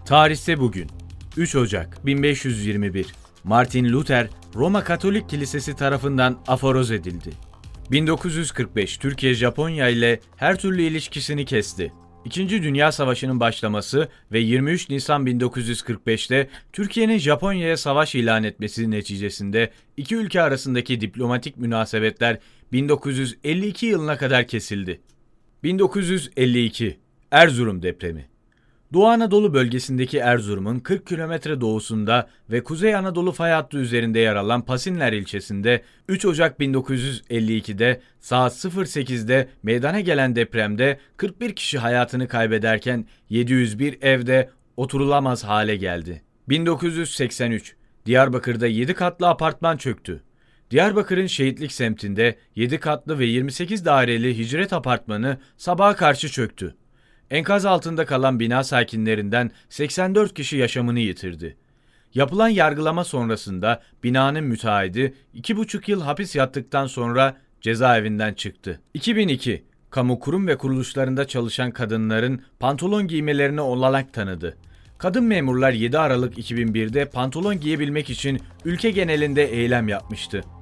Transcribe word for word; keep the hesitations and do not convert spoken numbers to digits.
Tarihte bugün üç Ocak bin beş yüz yirmi bir Martin Luther Roma Katolik Kilisesi tarafından aforoz edildi. bin dokuz yüz kırk beş Türkiye Japonya ile her türlü ilişkisini kesti. İkinci Dünya Savaşı'nın başlaması ve yirmi üç Nisan bin dokuz yüz kırk beş'te Türkiye'nin Japonya'ya savaş ilan etmesi neticesinde iki ülke arasındaki diplomatik münasebetler bin dokuz yüz elli iki yılına kadar kesildi. bin dokuz yüz elli iki Erzurum depremi. Doğu Anadolu bölgesindeki Erzurum'un kırk kilometre doğusunda ve Kuzey Anadolu fay hattı üzerinde yer alan Pasinler ilçesinde üç Ocak bin dokuz yüz elli iki'de saat sıfır sekiz'de meydana gelen depremde kırk bir kişi hayatını kaybederken yedi yüz bir evde oturulamaz hale geldi. bin dokuz yüz seksen üç Diyarbakır'da yedi katlı apartman çöktü. Diyarbakır'ın Şehitlik semtinde yedi katlı ve yirmi sekiz daireli Hicret apartmanı sabaha karşı çöktü. Enkaz altında kalan bina sakinlerinden seksen dört kişi yaşamını yitirdi. Yapılan yargılama sonrasında binanın müteahhidi iki buçuk yıl hapis yattıktan sonra cezaevinden çıktı. iki bin iki Kamu kurum ve kuruluşlarında çalışan kadınların pantolon giymelerine olanak tanıdı. Kadın memurlar yedi Aralık iki bin bir'de pantolon giyebilmek için ülke genelinde eylem yapmıştı.